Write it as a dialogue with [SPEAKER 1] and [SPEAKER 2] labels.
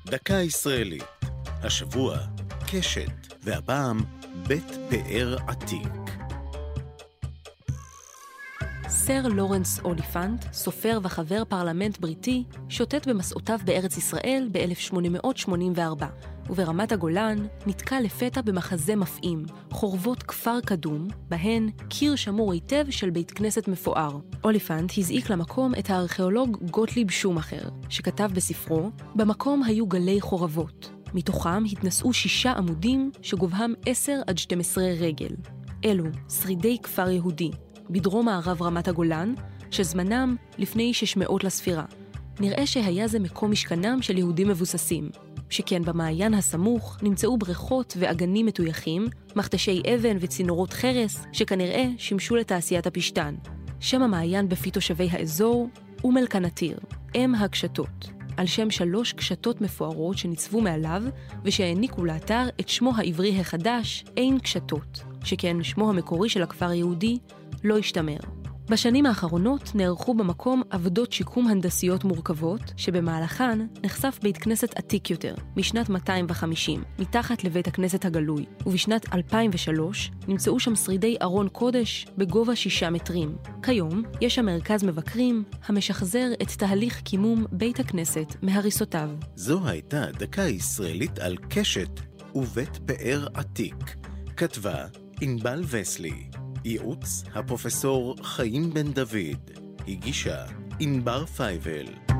[SPEAKER 1] דקה ישראלית. השבוע קשת, והפעם בית פאר עתיק.
[SPEAKER 2] סר לורנס אוליפנט, סופר וחבר פרלמנט בריטי, שוטט במסעותיו בארץ ישראל ב-1884, וברמת הגולן נתקע לפתע במחזה מפעים, חורבות כפר קדום, בהן קיר שמור היטב של בית כנסת מפואר. אוליפנט הזעיק למקום את הארכיאולוג גוטליב שומאכר, שכתב בספרו, במקום היו גלי חורבות. מתוכם התנסעו 6 עמודים שגובהם 10 עד 12 רגל. אלו שרידי כפר יהודי, בדרום מערב רמת הגולן, שזמנם לפני 600 לספירה. נראה שהיה זה מקום משכנם של יהודים מבוססים, שכן במעיין הסמוך נמצאו בריכות ואגנים מטויחים, מכתשי אבן וצינורות חרס, שכנראה שימשו לתעשיית הפשטן. שם המעיין בפי תושבי האזור אום אל-קנתיר, אם הקשתות, על שם 3 קשתות מפוארות שניצבו מעליו, ושהעניקו לאתר את שמו העברי החדש, עין קשתות, שכן שמו המקורי של הכפר היהודי לא השתמר. בשנים האחרונות נערכו במקום עבודות שיקום הנדסיות מורכבות, שבמהלכן נחשף בית כנסת עתיק יותר, משנת 250, מתחת לבית הכנסת הגלוי, ובשנת 2003 נמצאו שם שרידי ארון קודש בגובה 6 מטרים. כיום יש שם מרכז מבקרים המשחזר את תהליך קימום בית הכנסת מהריסותיו.
[SPEAKER 1] זו הייתה דקה ישראלית על קשת ובית פאר עתיק. כתבה ענבל וסלי. ייעוץ הפרופסור חיים בן דוד. הגישה ענבר פייבל.